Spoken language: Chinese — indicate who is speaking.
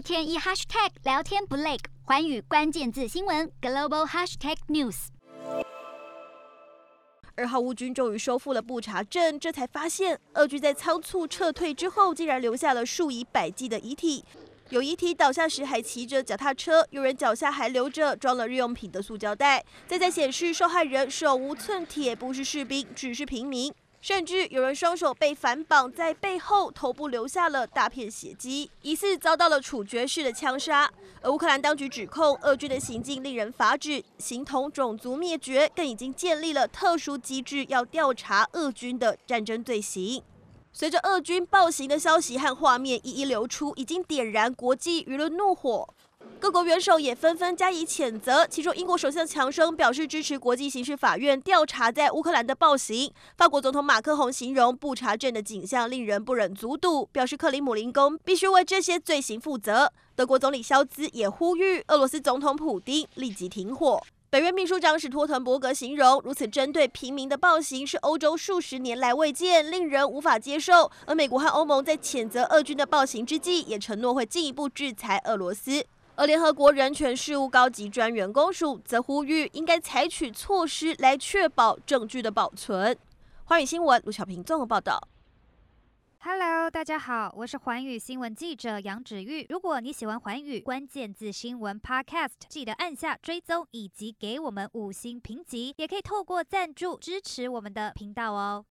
Speaker 1: 天一 hashtag 聊天不累，寰宇关键字新闻 global hashtag news。
Speaker 2: 2号乌军终于收复了布查镇，这才发现俄军在仓促撤退之后，竟然留下了数以百计的遗体。有遗体倒下时还骑着脚踏车，有人脚下还留着装了日用品的塑胶袋。再显示受害人手无寸铁，不是士兵，只是平民。甚至有人双手被反绑在背后，头部留下了大片血迹，疑似遭到了处决式的枪杀。而乌克兰当局指控俄军的行径令人发指，形同种族灭绝，更已经建立了特殊机制，要调查俄军的战争罪行。随着俄军暴行的消息和画面一一流出，已经点燃国际舆论怒火。各国元首也纷纷加以谴责，其中英国首相强生表示支持国际刑事法院调查在乌克兰的暴行。法国总统马克宏形容布查镇的景象令人不忍卒睹，表示克里姆林宫必须为这些罪行负责。德国总理肖兹也呼吁俄罗斯总统普丁立即停火。北约秘书长史托滕伯格形容，如此针对平民的暴行是欧洲数十年来未见，令人无法接受。而美国和欧盟在谴责俄军的暴行之际，也承诺会进一步制裁俄罗斯。而联合国人权事务高级专员公署则呼吁，应该采取措施来确保证据的保存。寰宇新闻卢小平综合报道。
Speaker 3: Hello， 大家好，我是寰宇新闻记者杨芷玉。如果你喜欢寰宇关键字新闻 Podcast， 记得按下追踪以及给我们5星评级，也可以透过赞助支持我们的频道哦。